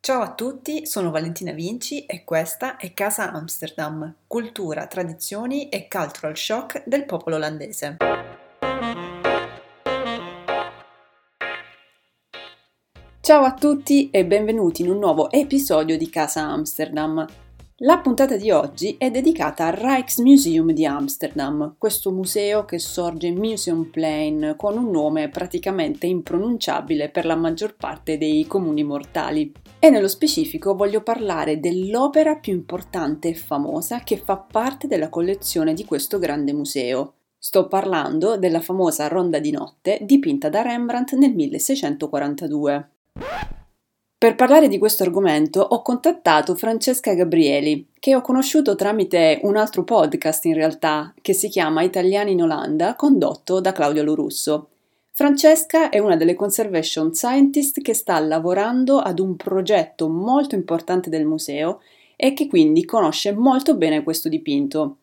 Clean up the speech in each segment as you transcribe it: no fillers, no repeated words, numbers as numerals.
Ciao a tutti, sono Valentina Vinci e questa è Casa Amsterdam, cultura, tradizioni e cultural shock del popolo olandese. Ciao a tutti e benvenuti in un nuovo episodio di Casa Amsterdam. La puntata di oggi è dedicata al Rijksmuseum di Amsterdam, questo museo che sorge in Museumplein con un nome praticamente impronunciabile per la maggior parte dei comuni mortali. E nello specifico voglio parlare dell'opera più importante e famosa che fa parte della collezione di questo grande museo. Sto parlando della famosa Ronda di notte dipinta da Rembrandt nel 1642. Per parlare di questo argomento ho contattato Francesca Gabrieli, che ho conosciuto tramite un altro podcast in realtà, che si chiama Italiani in Olanda, condotto da Claudio Lorusso. Francesca è una delle conservation scientist che sta lavorando ad un progetto molto importante del museo e che quindi conosce molto bene questo dipinto.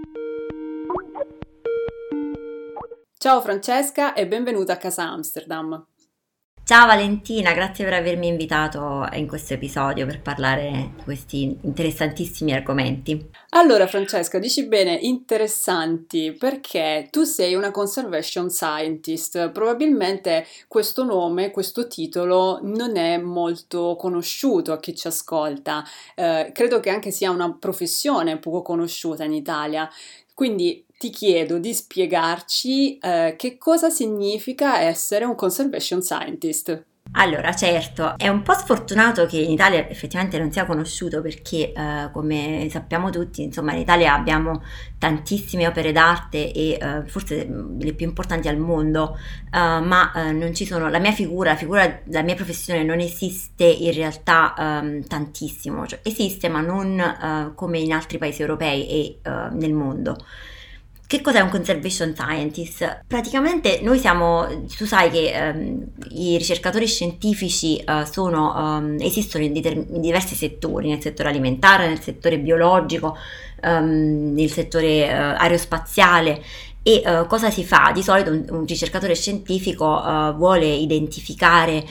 Ciao Francesca e benvenuta a Casa Amsterdam. Ciao Valentina, grazie per avermi invitato in questo episodio per parlare di questi interessantissimi argomenti. Allora Francesca, dici bene, interessanti, perché tu sei una conservation scientist. Probabilmente questo nome, questo titolo non è molto conosciuto a chi ci ascolta. Credo che anche sia una professione poco conosciuta in Italia. Quindi ti chiedo di spiegarci che cosa significa essere un conservation scientist. Allora, certo, è un po' sfortunato che in Italia effettivamente non sia conosciuto perché, come sappiamo tutti, insomma, in Italia abbiamo tantissime opere d'arte e forse le più importanti al mondo, ma non ci sono, la mia professione non esiste in realtà tantissimo, cioè, esiste ma non come in altri paesi europei e nel mondo. Che cos'è un conservation scientist? Praticamente noi tu sai che i ricercatori scientifici esistono in diversi settori, nel settore alimentare, nel settore biologico, nel settore aerospaziale. E cosa si fa? Di solito un ricercatore scientifico vuole identificare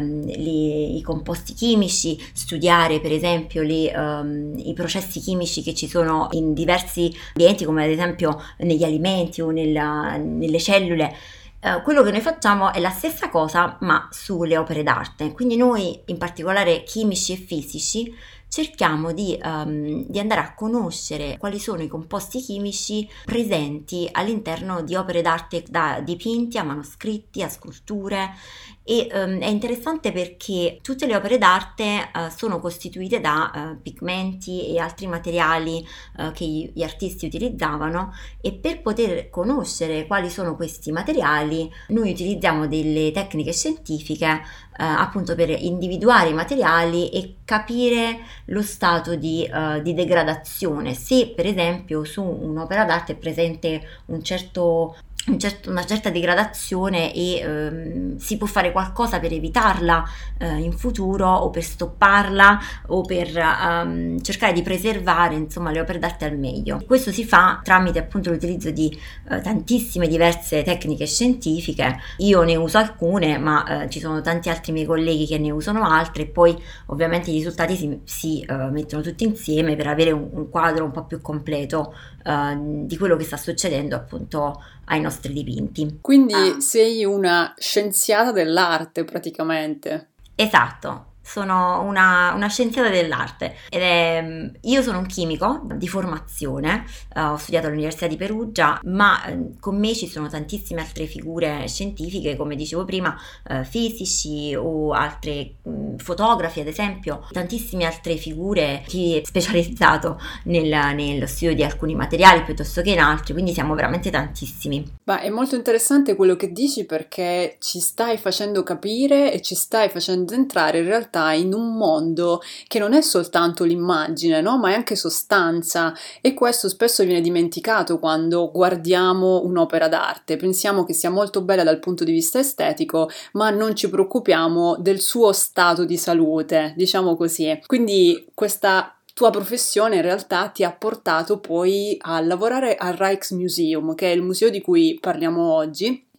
i composti chimici, studiare per esempio i processi chimici che ci sono in diversi ambienti, come ad esempio negli alimenti o nelle cellule. Quello che noi facciamo è la stessa cosa ma sulle opere d'arte, quindi noi in particolare chimici e fisici cerchiamo di andare a conoscere quali sono i composti chimici presenti all'interno di opere d'arte, da dipinti a manoscritti a sculture. E è interessante perché tutte le opere d'arte sono costituite da pigmenti e altri materiali che gli artisti utilizzavano, e per poter conoscere quali sono questi materiali noi utilizziamo delle tecniche scientifiche appunto per individuare i materiali e capire lo stato di degradazione. Se per esempio su un'opera d'arte è presente una certa degradazione e si può fare qualcosa per evitarla in futuro, o per stopparla, o per cercare di preservare insomma le opere d'arte al meglio. Questo si fa tramite appunto l'utilizzo di tantissime diverse tecniche scientifiche. Io ne uso alcune, ma ci sono tanti altri miei colleghi che ne usano altre, e poi ovviamente i risultati si mettono tutti insieme per avere un quadro un po' più completo di quello che sta succedendo appunto ai nostri dipinti. Quindi sei una scienziata dell'arte praticamente. Esatto. Sono una scienziata dell'arte io sono un chimico di formazione, ho studiato all'Università di Perugia, ma con me ci sono tantissime altre figure scientifiche, come dicevo prima, fisici o altre fotografi ad esempio, tantissime altre figure, chi è specializzato nello studio di alcuni materiali piuttosto che in altri, quindi siamo veramente tantissimi. Ma è molto interessante quello che dici perché ci stai facendo capire e ci stai facendo entrare in realtà in un mondo che non è soltanto l'immagine, no? Ma è anche sostanza, e questo spesso viene dimenticato quando guardiamo un'opera d'arte. Pensiamo che sia molto bella dal punto di vista estetico, ma non ci preoccupiamo del suo stato di salute, diciamo così. Quindi questa tua professione in realtà ti ha portato poi a lavorare al Rijksmuseum, che è il museo di cui parliamo oggi,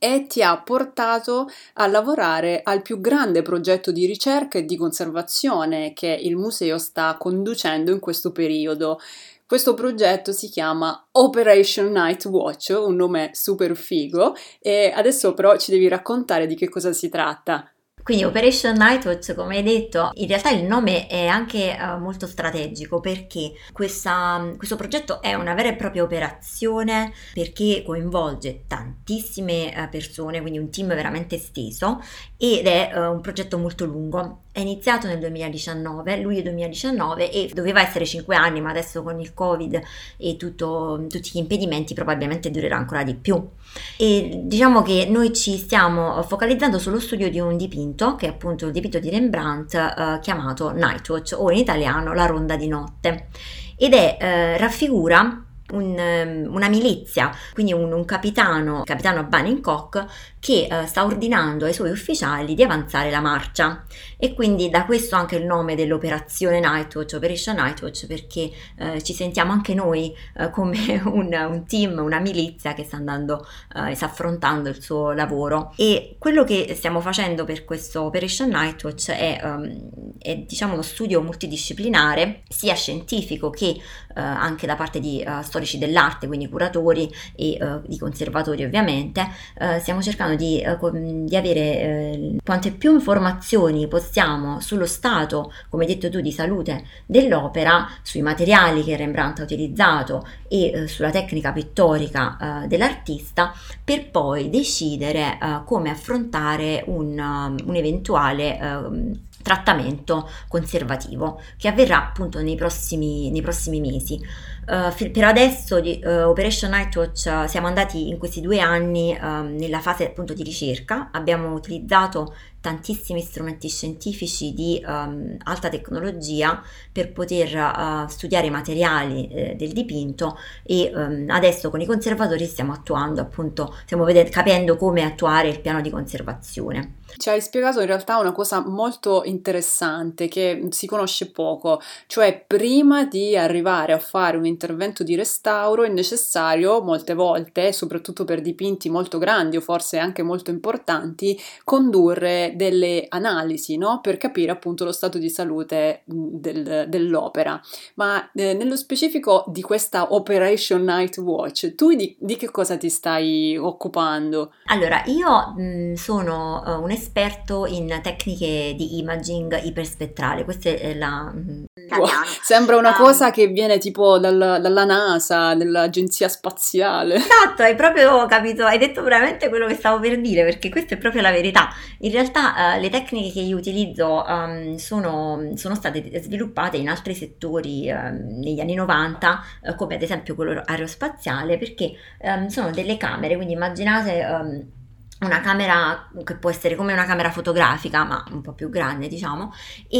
e ti ha portato a lavorare al più grande progetto di ricerca e di conservazione che il museo sta conducendo in questo periodo. Questo progetto si chiama Operation Night Watch, un nome super figo, e adesso però ci devi raccontare di che cosa si tratta. Quindi Operation Nightwatch, come hai detto, in realtà il nome è anche molto strategico perché questo progetto è una vera e propria operazione perché coinvolge tantissime persone, quindi un team veramente esteso ed è un progetto molto lungo. È iniziato nel 2019, luglio 2019 e doveva essere 5 anni, ma adesso con il Covid e tutti gli impedimenti probabilmente durerà ancora di più. E diciamo che noi ci stiamo focalizzando sullo studio di un dipinto, che è appunto il dipinto di Rembrandt chiamato Nightwatch o in italiano La Ronda di Notte, ed raffigura una milizia, quindi un capitano Banincock che sta ordinando ai suoi ufficiali di avanzare la marcia, e quindi da questo anche il nome dell'operazione Nightwatch, Operation Nightwatch, perché ci sentiamo anche noi come un team, una milizia che sta andando sta affrontando il suo lavoro. E quello che stiamo facendo per questo Operation Nightwatch è diciamo uno studio multidisciplinare, sia scientifico che anche da parte di storici dell'arte, quindi curatori e di conservatori ovviamente. Stiamo cercando di avere quante più informazioni possiamo sullo stato, come hai detto tu, di salute dell'opera, sui materiali che Rembrandt ha utilizzato e sulla tecnica pittorica dell'artista, per poi decidere come affrontare un eventuale trattamento conservativo che avverrà appunto nei prossimi mesi. Per adesso Operation Nightwatch siamo andati in questi 2 anni nella fase appunto di ricerca. Abbiamo utilizzato tantissimi strumenti scientifici di alta tecnologia per poter studiare i materiali del dipinto e adesso con i conservatori stiamo capendo come attuare il piano di conservazione. Ci hai spiegato in realtà una cosa molto interessante che si conosce poco, cioè prima di arrivare a fare un intervento di restauro è necessario molte volte, soprattutto per dipinti molto grandi o forse anche molto importanti, condurre delle analisi, no? Per capire appunto lo stato di salute dell'opera. Ma nello specifico di questa Operation Night Watch, tu di che cosa ti stai occupando? Allora, io sono un esperto in tecniche di imaging iperspettrale. Questa è la Wow, sembra una cosa che viene tipo dalla NASA, dall'Agenzia Spaziale. Esatto, hai proprio capito, hai detto veramente quello che stavo per dire, perché questa è proprio la verità. In realtà le tecniche che io utilizzo sono state sviluppate in altri settori negli anni 90, come ad esempio quello aerospaziale, perché sono delle camere, quindi immaginate una camera che può essere come una camera fotografica, ma un po' più grande, diciamo.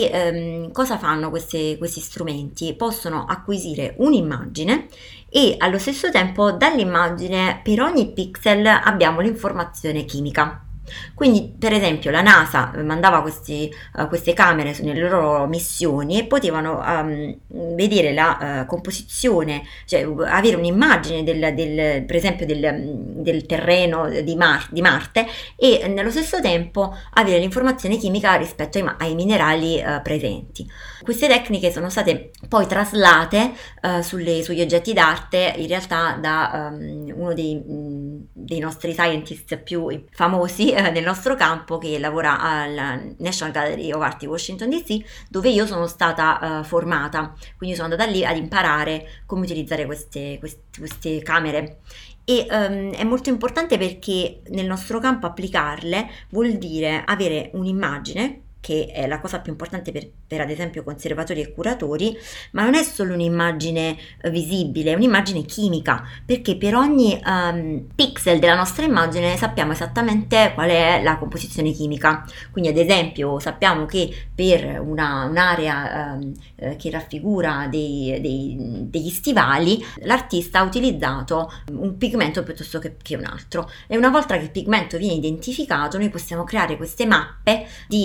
E cosa fanno questi strumenti? Possono acquisire un'immagine e allo stesso tempo dall'immagine per ogni pixel abbiamo l'informazione chimica. Quindi per esempio la NASA mandava queste camere nelle loro missioni e potevano vedere la composizione, cioè avere un'immagine per esempio del terreno di Marte e nello stesso tempo avere l'informazione chimica rispetto ai minerali presenti. Queste tecniche sono state poi traslate sugli oggetti d'arte in realtà da uno dei nostri scientist più famosi nel nostro campo, che lavora alla National Gallery of Art di Washington DC, dove io sono stata formata, quindi sono andata lì ad imparare come utilizzare queste camere. E è molto importante perché nel nostro campo applicarle vuol dire avere un'immagine, che è la cosa più importante per ad esempio conservatori e curatori, ma non è solo un'immagine visibile, è un'immagine chimica, perché per ogni pixel della nostra immagine sappiamo esattamente qual è la composizione chimica. Quindi ad esempio sappiamo che per un'area che raffigura degli stivali, l'artista ha utilizzato un pigmento piuttosto che un altro, e una volta che il pigmento viene identificato noi possiamo creare queste mappe di quel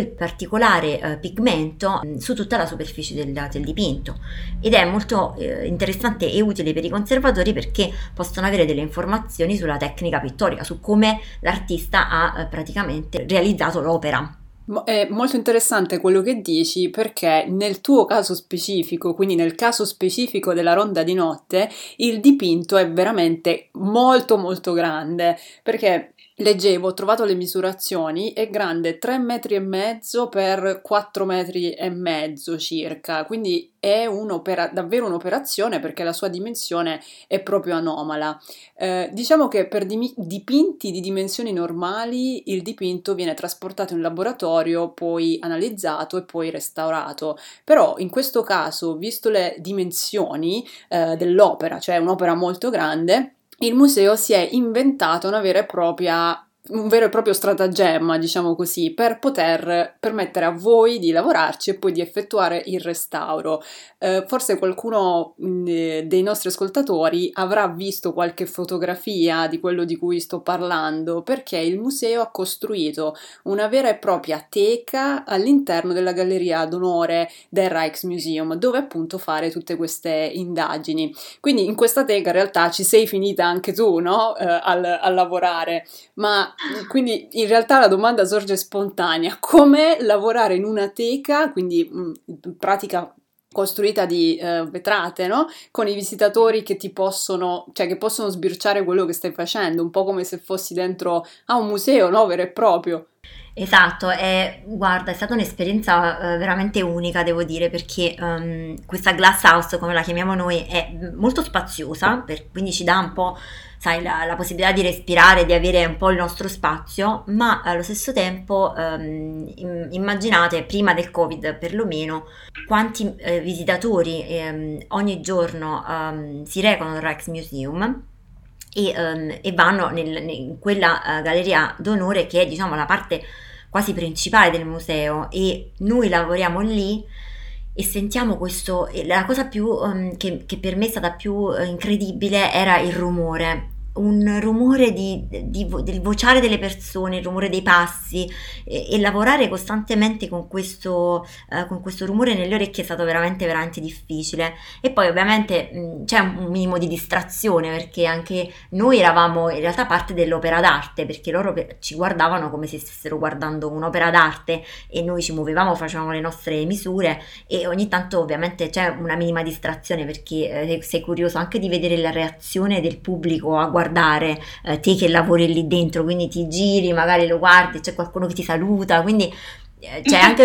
particolare pigmento su tutta la superficie del dipinto, ed è molto interessante e utile per i conservatori perché possono avere delle informazioni sulla tecnica pittorica, su come l'artista ha praticamente realizzato l'opera. È molto interessante quello che dici perché nel tuo caso specifico, quindi nel caso specifico della Ronda di Notte, il dipinto è veramente molto molto grande perché leggevo, ho trovato le misurazioni, è grande 3,5 metri per 4,5 metri circa, quindi è davvero un'operazione perché la sua dimensione è proprio anomala. Diciamo che per dipinti di dimensioni normali il dipinto viene trasportato in laboratorio, poi analizzato e poi restaurato. Però in questo caso, visto le dimensioni dell'opera, cioè un'opera molto grande, il museo si è inventato un vero e proprio stratagemma, diciamo così, per poter permettere a voi di lavorarci e poi di effettuare il restauro. Forse qualcuno dei nostri ascoltatori avrà visto qualche fotografia di quello di cui sto parlando, perché il museo ha costruito una vera e propria teca all'interno della galleria d'onore del Rijksmuseum, dove appunto fare tutte queste indagini. Quindi in questa teca in realtà ci sei finita anche tu, no? A lavorare, ma quindi in realtà la domanda sorge spontanea: come lavorare in una teca, quindi in pratica costruita di vetrate, no? Con i visitatori che che possono sbirciare quello che stai facendo, un po' come se fossi dentro a un museo, no? Vero e proprio. Esatto, guarda, è stata un'esperienza veramente unica, devo dire, perché questa glass house, come la chiamiamo noi, è molto spaziosa, quindi ci dà un po', sai, la possibilità di respirare, di avere un po' il nostro spazio, ma allo stesso tempo immaginate, prima del Covid perlomeno, quanti visitatori ogni giorno si recano al Rijksmuseum e vanno in quella galleria d'onore che è, diciamo, la parte quasi principale del museo, e noi lavoriamo lì e sentiamo questo. E la cosa più che per me è stata più incredibile era il rumore. Un rumore del vociare delle persone, il rumore dei passi, e lavorare costantemente con questo rumore nelle orecchie è stato veramente veramente difficile. E poi ovviamente c'è un minimo di distrazione, perché anche noi eravamo in realtà parte dell'opera d'arte, perché loro ci guardavano come se stessero guardando un'opera d'arte e noi ci muovevamo, facevamo le nostre misure, e ogni tanto ovviamente c'è una minima distrazione perché sei curioso anche di vedere la reazione del pubblico a guardare te che lavori lì dentro, quindi ti giri, magari lo guardi, c'è qualcuno che ti saluta, quindi c'è anche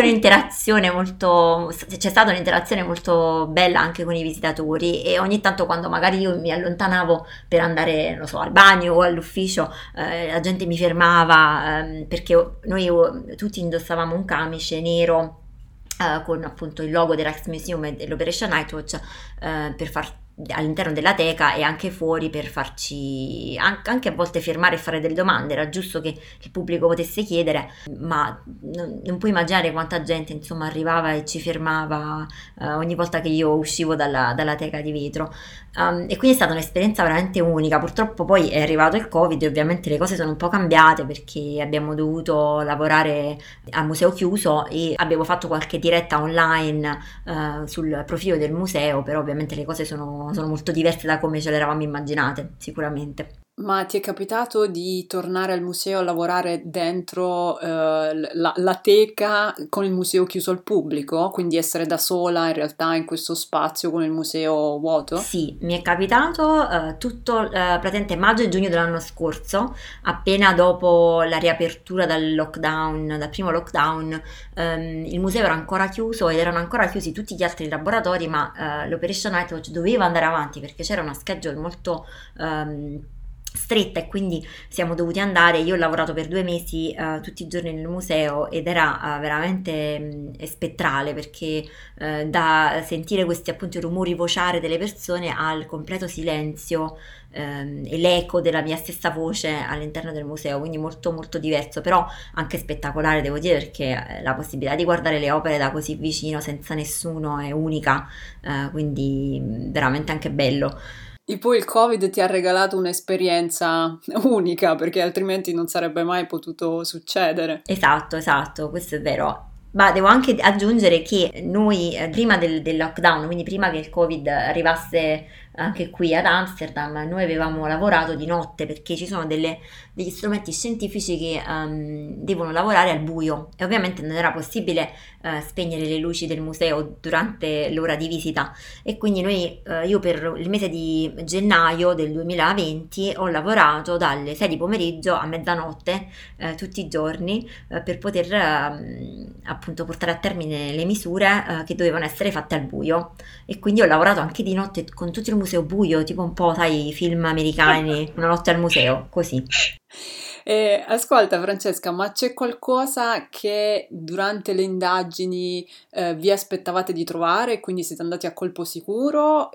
c'è stata un'interazione molto bella anche con i visitatori, e ogni tanto quando magari io mi allontanavo per andare, non so, al bagno o all'ufficio, la gente mi fermava, perché noi tutti indossavamo un camice nero con appunto il logo del Rijksmuseum e dell'Operation Nightwatch, per far all'interno della teca e anche fuori, per farci anche a volte fermare e fare delle domande. Era giusto che il pubblico potesse chiedere, ma non puoi immaginare quanta gente insomma arrivava e ci fermava ogni volta che io uscivo dalla teca di vetro. E quindi è stata un'esperienza veramente unica. Purtroppo poi è arrivato il Covid e ovviamente le cose sono un po' cambiate, perché abbiamo dovuto lavorare a museo chiuso e abbiamo fatto qualche diretta online sul profilo del museo, però ovviamente le cose sono molto diverse da come ce le eravamo immaginate, sicuramente. Ma ti è capitato di tornare al museo a lavorare dentro la teca con il museo chiuso al pubblico? Quindi essere da sola in realtà in questo spazio con il museo vuoto? Sì, mi è capitato tutto praticamente maggio e giugno dell'anno scorso, appena dopo la riapertura dal primo lockdown. Il museo era ancora chiuso ed erano ancora chiusi tutti gli altri laboratori, ma l'Operation Nightwatch doveva andare avanti perché c'era una schedule molto stretta, e quindi siamo dovuti andare. Io ho lavorato per 2 mesi tutti i giorni nel museo, ed era veramente spettrale, perché da sentire questi appunto rumori vociare delle persone al completo silenzio e l'eco della mia stessa voce all'interno del museo, quindi molto molto diverso, però anche spettacolare, devo dire, perché la possibilità di guardare le opere da così vicino senza nessuno è unica, quindi veramente anche bello. E poi il Covid ti ha regalato un'esperienza unica, perché altrimenti non sarebbe mai potuto succedere. Esatto, questo è vero. Ma devo anche aggiungere che noi prima del lockdown, quindi prima che il Covid arrivasse anche qui ad Amsterdam, noi avevamo lavorato di notte perché ci sono degli strumenti scientifici che devono lavorare al buio e ovviamente non era possibile spegnere le luci del museo durante l'ora di visita e quindi io per il mese di gennaio del 2020 ho lavorato dalle 6 di pomeriggio a mezzanotte tutti i giorni per poter appunto portare a termine le misure che dovevano essere fatte al buio e quindi ho lavorato anche di notte con tutto il museo buio, tipo un po' sai i film americani, una notte al museo, così. Ascolta Francesca, ma c'è qualcosa che durante le indagini vi aspettavate di trovare, quindi siete andati a colpo sicuro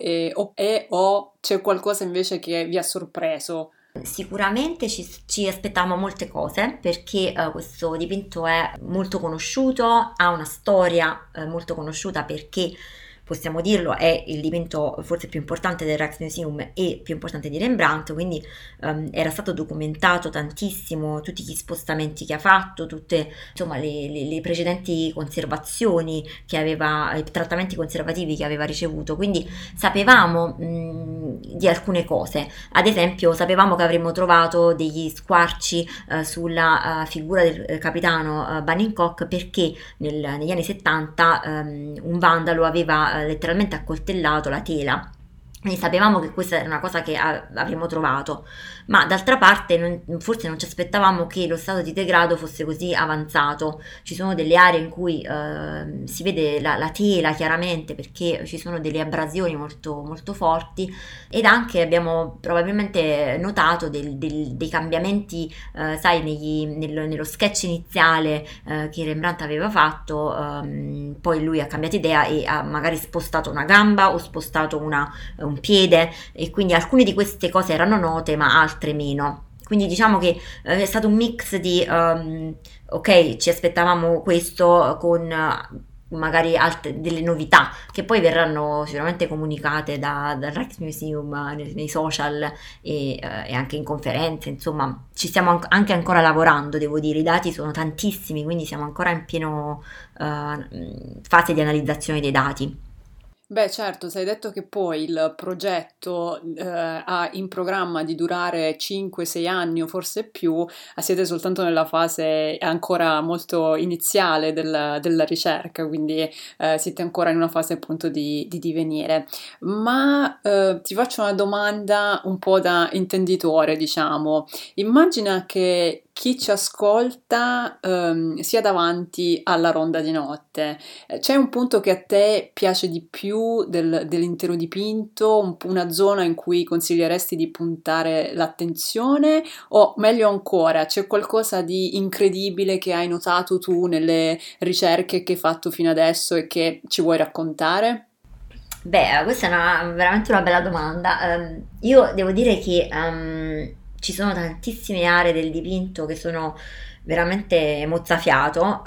o c'è qualcosa invece che vi ha sorpreso? Sicuramente ci aspettavamo molte cose perché questo dipinto è molto conosciuto, ha una storia molto conosciuta perché possiamo dirlo, è il dipinto forse più importante del Rijksmuseum e più importante di Rembrandt, quindi era stato documentato tantissimo, tutti gli spostamenti che ha fatto, tutte insomma le precedenti conservazioni che aveva, i trattamenti conservativi che aveva ricevuto, quindi sapevamo di alcune cose, ad esempio sapevamo che avremmo trovato degli squarci sulla figura del capitano Baninkoq perché negli anni 70 un vandalo aveva letteralmente accoltellato la tela. Quindi sapevamo che questa era una cosa che avremmo trovato, ma d'altra parte forse non ci aspettavamo che lo stato di degrado fosse così avanzato. Ci sono delle aree in cui si vede la tela chiaramente perché ci sono delle abrasioni molto, molto forti ed anche abbiamo probabilmente notato dei cambiamenti, sai, nello sketch iniziale che Rembrandt aveva fatto, poi lui ha cambiato idea e ha magari spostato una gamba o spostato un piede e quindi alcune di queste cose erano note ma altre meno. Quindi diciamo che è stato un mix di ok, ci aspettavamo questo con magari delle novità che poi verranno sicuramente comunicate dal Rijksmuseum nei social e anche in conferenze, insomma ci stiamo anche ancora lavorando, devo dire, i dati sono tantissimi, quindi siamo ancora in pieno fase di analizzazione dei dati. Beh, certo, sai detto che poi il progetto ha in programma di durare 5-6 anni o forse più, siete soltanto nella fase ancora molto iniziale della ricerca, quindi siete ancora in una fase appunto di divenire. Ma ti faccio una domanda un po' da intenditore, diciamo. Immagina che chi ci ascolta sia davanti alla ronda di notte. C'è un punto che a te piace di più dell'intero dipinto, una zona in cui consiglieresti di puntare l'attenzione o meglio ancora, c'è qualcosa di incredibile che hai notato tu nelle ricerche che hai fatto fino adesso e che ci vuoi raccontare? Beh, questa è veramente una bella domanda. Io devo dire che ci sono tantissime aree del dipinto che sono veramente mozzafiato.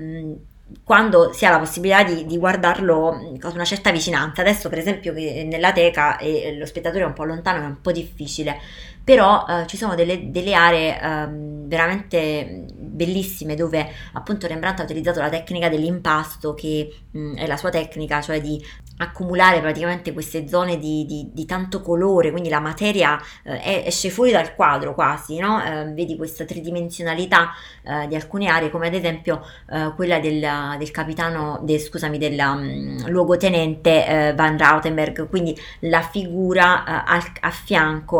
Quando si ha la possibilità di guardarlo con una certa vicinanza. Adesso, per esempio, che nella teca e lo spettatore è un po' lontano, è un po' difficile, però ci sono delle aree veramente bellissime dove appunto Rembrandt ha utilizzato la tecnica dell'impasto, che è la sua tecnica, cioè di accumulare praticamente queste zone di tanto colore, quindi la materia esce fuori dal quadro quasi, no? Vedi questa tridimensionalità di alcune aree, come ad esempio quella del capitano, scusami, del luogotenente Van Rautenberg, quindi la figura a fianco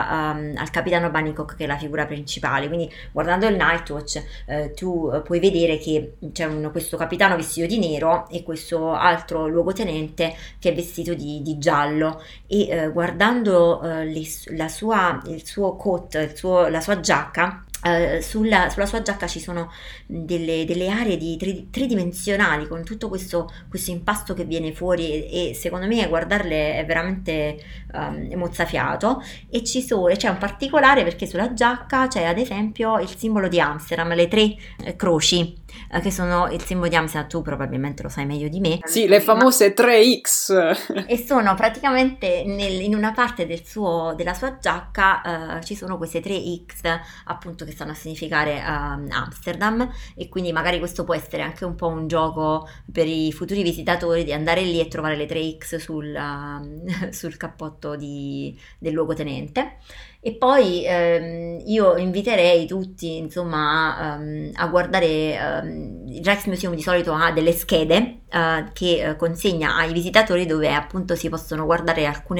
al capitano Baninkoq, che è la figura principale. Quindi guardando il Nightwatch tu puoi vedere che c'è questo capitano vestito di nero e questo altro luogotenente che è vestito di giallo e guardando il suo coat, la sua giacca, sulla sua giacca ci sono delle aree tridimensionali con tutto questo impasto che viene fuori e secondo me guardarle è veramente mozzafiato. E c'è un particolare perché sulla giacca c'è ad esempio il simbolo di Amsterdam, le tre croci che sono il simbolo di Amsterdam. Tu probabilmente lo sai meglio di me. Sì, le famose 3X. E sono praticamente in una parte della sua giacca ci sono queste 3X appunto che stanno a significare Amsterdam, e quindi magari questo può essere anche un po' un gioco per i futuri visitatori di andare lì e trovare le 3X sul cappotto del luogotenente. E poi io inviterei tutti, insomma, a guardare. Il Rijksmuseum di solito ha delle schede che consegna ai visitatori, dove appunto si possono guardare alcune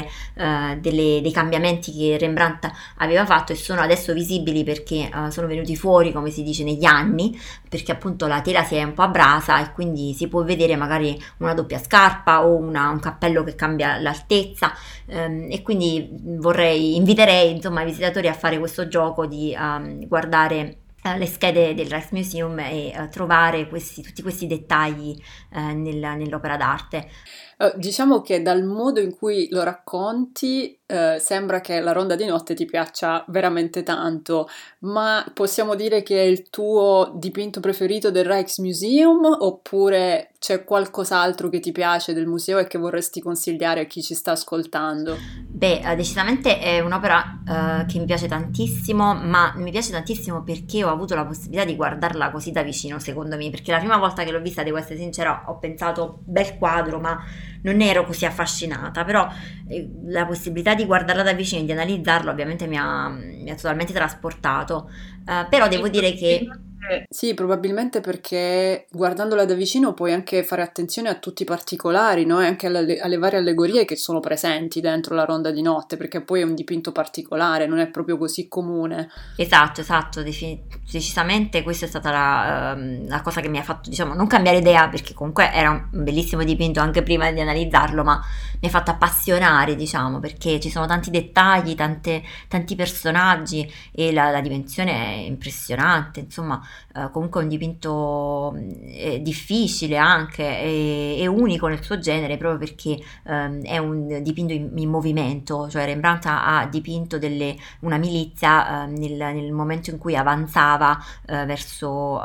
dei cambiamenti che Rembrandt aveva fatto, e sono adesso visibili perché sono venuti fuori, come si dice, negli anni, perché appunto la tela si è un po' abrasa, e quindi si può vedere magari una doppia scarpa o un cappello che cambia l'altezza, e quindi inviterei insomma i visitatori a fare questo gioco di guardare le schede del Rijksmuseum e trovare tutti questi dettagli nell'opera d'arte. Diciamo che dal modo in cui lo racconti, sembra che la Ronda di Notte ti piaccia veramente tanto, ma possiamo dire che è il tuo dipinto preferito del Rijksmuseum, oppure c'è qualcos'altro che ti piace del museo e che vorresti consigliare a chi ci sta ascoltando? Beh, decisamente è un'opera che mi piace tantissimo, ma mi piace tantissimo perché ho avuto la possibilità di guardarla così da vicino, secondo me, perché la prima volta che l'ho vista, devo essere sincera, ho pensato bel quadro, ma non ero così affascinata. Però la possibilità di guardarla da vicino e di analizzarlo ovviamente mi ha totalmente trasportato. Però devo dire che Sì, probabilmente perché guardandola da vicino puoi anche fare attenzione a tutti i particolari, no? E anche alle varie allegorie che sono presenti dentro la Ronda di Notte, perché poi è un dipinto particolare, non è proprio così comune. esatto, esatto, decisamente questa è stata la cosa che mi ha fatto, diciamo, non cambiare idea, perché comunque era un bellissimo dipinto anche prima di analizzarlo, ma mi ha fatto appassionare, diciamo, perché ci sono tanti dettagli, tanti personaggi, e la dimensione è impressionante, insomma. Comunque è un dipinto difficile anche e unico nel suo genere, proprio perché è un dipinto in movimento, cioè Rembrandt ha dipinto una milizia nel momento in cui avanzava verso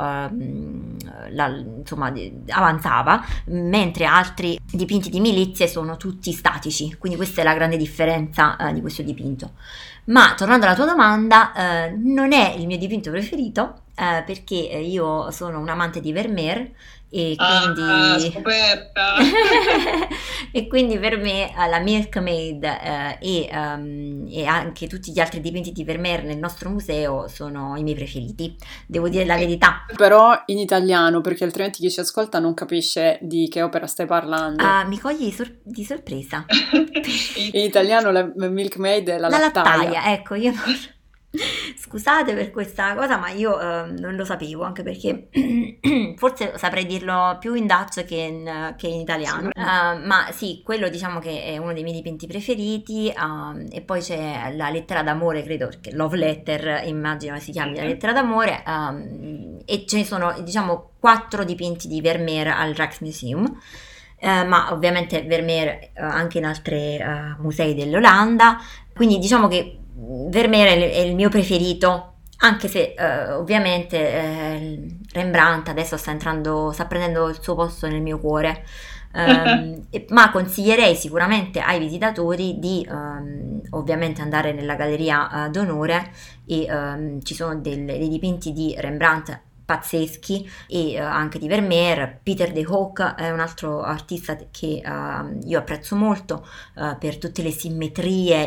insomma avanzava, mentre altri dipinti di milizie sono tutti statici, quindi questa è la grande differenza di questo dipinto. Ma tornando alla tua domanda, non è il mio dipinto preferito, perché io sono un amante di Vermeer, e quindi Scoperta! e quindi per me la Milkmaid e anche tutti gli altri dipinti di Vermeer nel nostro museo sono i miei preferiti, devo dire la verità. Però in italiano, perché altrimenti chi ci ascolta non capisce di che opera stai parlando. Mi cogli di sorpresa. In italiano la Milkmaid è la La lattaia. lattaia, ecco, io scusate per questa cosa, ma io non lo sapevo, anche perché forse saprei dirlo più in Dutch che in italiano. Ma sì, quello diciamo che è uno dei miei dipinti preferiti. E poi c'è la lettera d'amore, credo, che Love Letter, immagino si chiami la lettera d'amore, e ce ne sono, diciamo, 4 dipinti di Vermeer al Rijksmuseum. Ma ovviamente Vermeer anche in altri musei dell'Olanda, quindi diciamo che Vermeer è il mio preferito, anche se ovviamente Rembrandt adesso sta prendendo il suo posto nel mio cuore. Ma consiglierei sicuramente ai visitatori di ovviamente andare nella galleria d'onore, e ci sono dei dipinti di Rembrandt pazzeschi, e anche di Vermeer. Peter de Hoogh è un altro artista che io apprezzo molto per tutte le simmetrie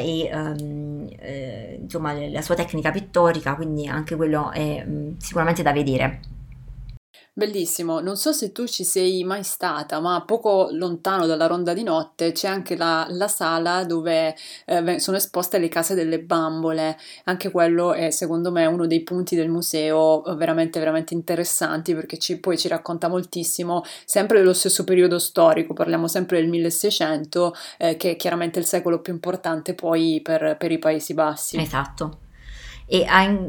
e insomma la sua tecnica pittorica, quindi anche quello è sicuramente da vedere. Bellissimo, non so se tu ci sei mai stata, ma poco lontano dalla Ronda di Notte c'è anche la sala dove sono esposte le case delle bambole. Anche quello è secondo me uno dei punti del museo veramente, veramente interessanti, perché poi ci racconta moltissimo, sempre dello stesso periodo storico, parliamo sempre del 1600, che è chiaramente il secolo più importante poi per i Paesi Bassi. Esatto. E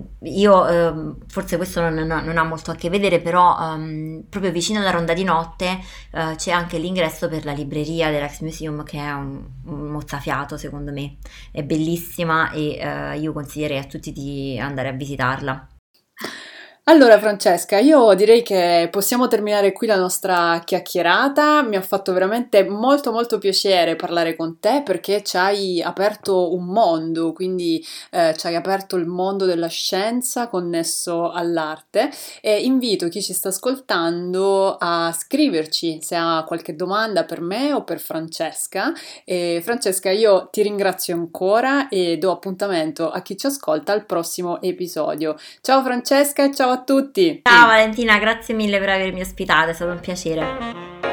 io forse questo non ha molto a che vedere, però proprio vicino alla Ronda di Notte c'è anche l'ingresso per la libreria del Rijksmuseum, che è un mozzafiato, secondo me è bellissima, e io consiglierei a tutti di andare a visitarla. Allora Francesca, io direi che possiamo terminare qui la nostra chiacchierata. Mi ha fatto veramente molto molto piacere parlare con te perché ci hai aperto un mondo, quindi ci hai aperto il mondo della scienza connesso all'arte e invito chi ci sta ascoltando a scriverci se ha qualche domanda per me o per Francesca. E Francesca, io ti ringrazio ancora e do appuntamento a chi ci ascolta al prossimo episodio. Ciao Francesca e ciao a tutti! Ciao Valentina, grazie mille per avermi ospitata, è stato un piacere.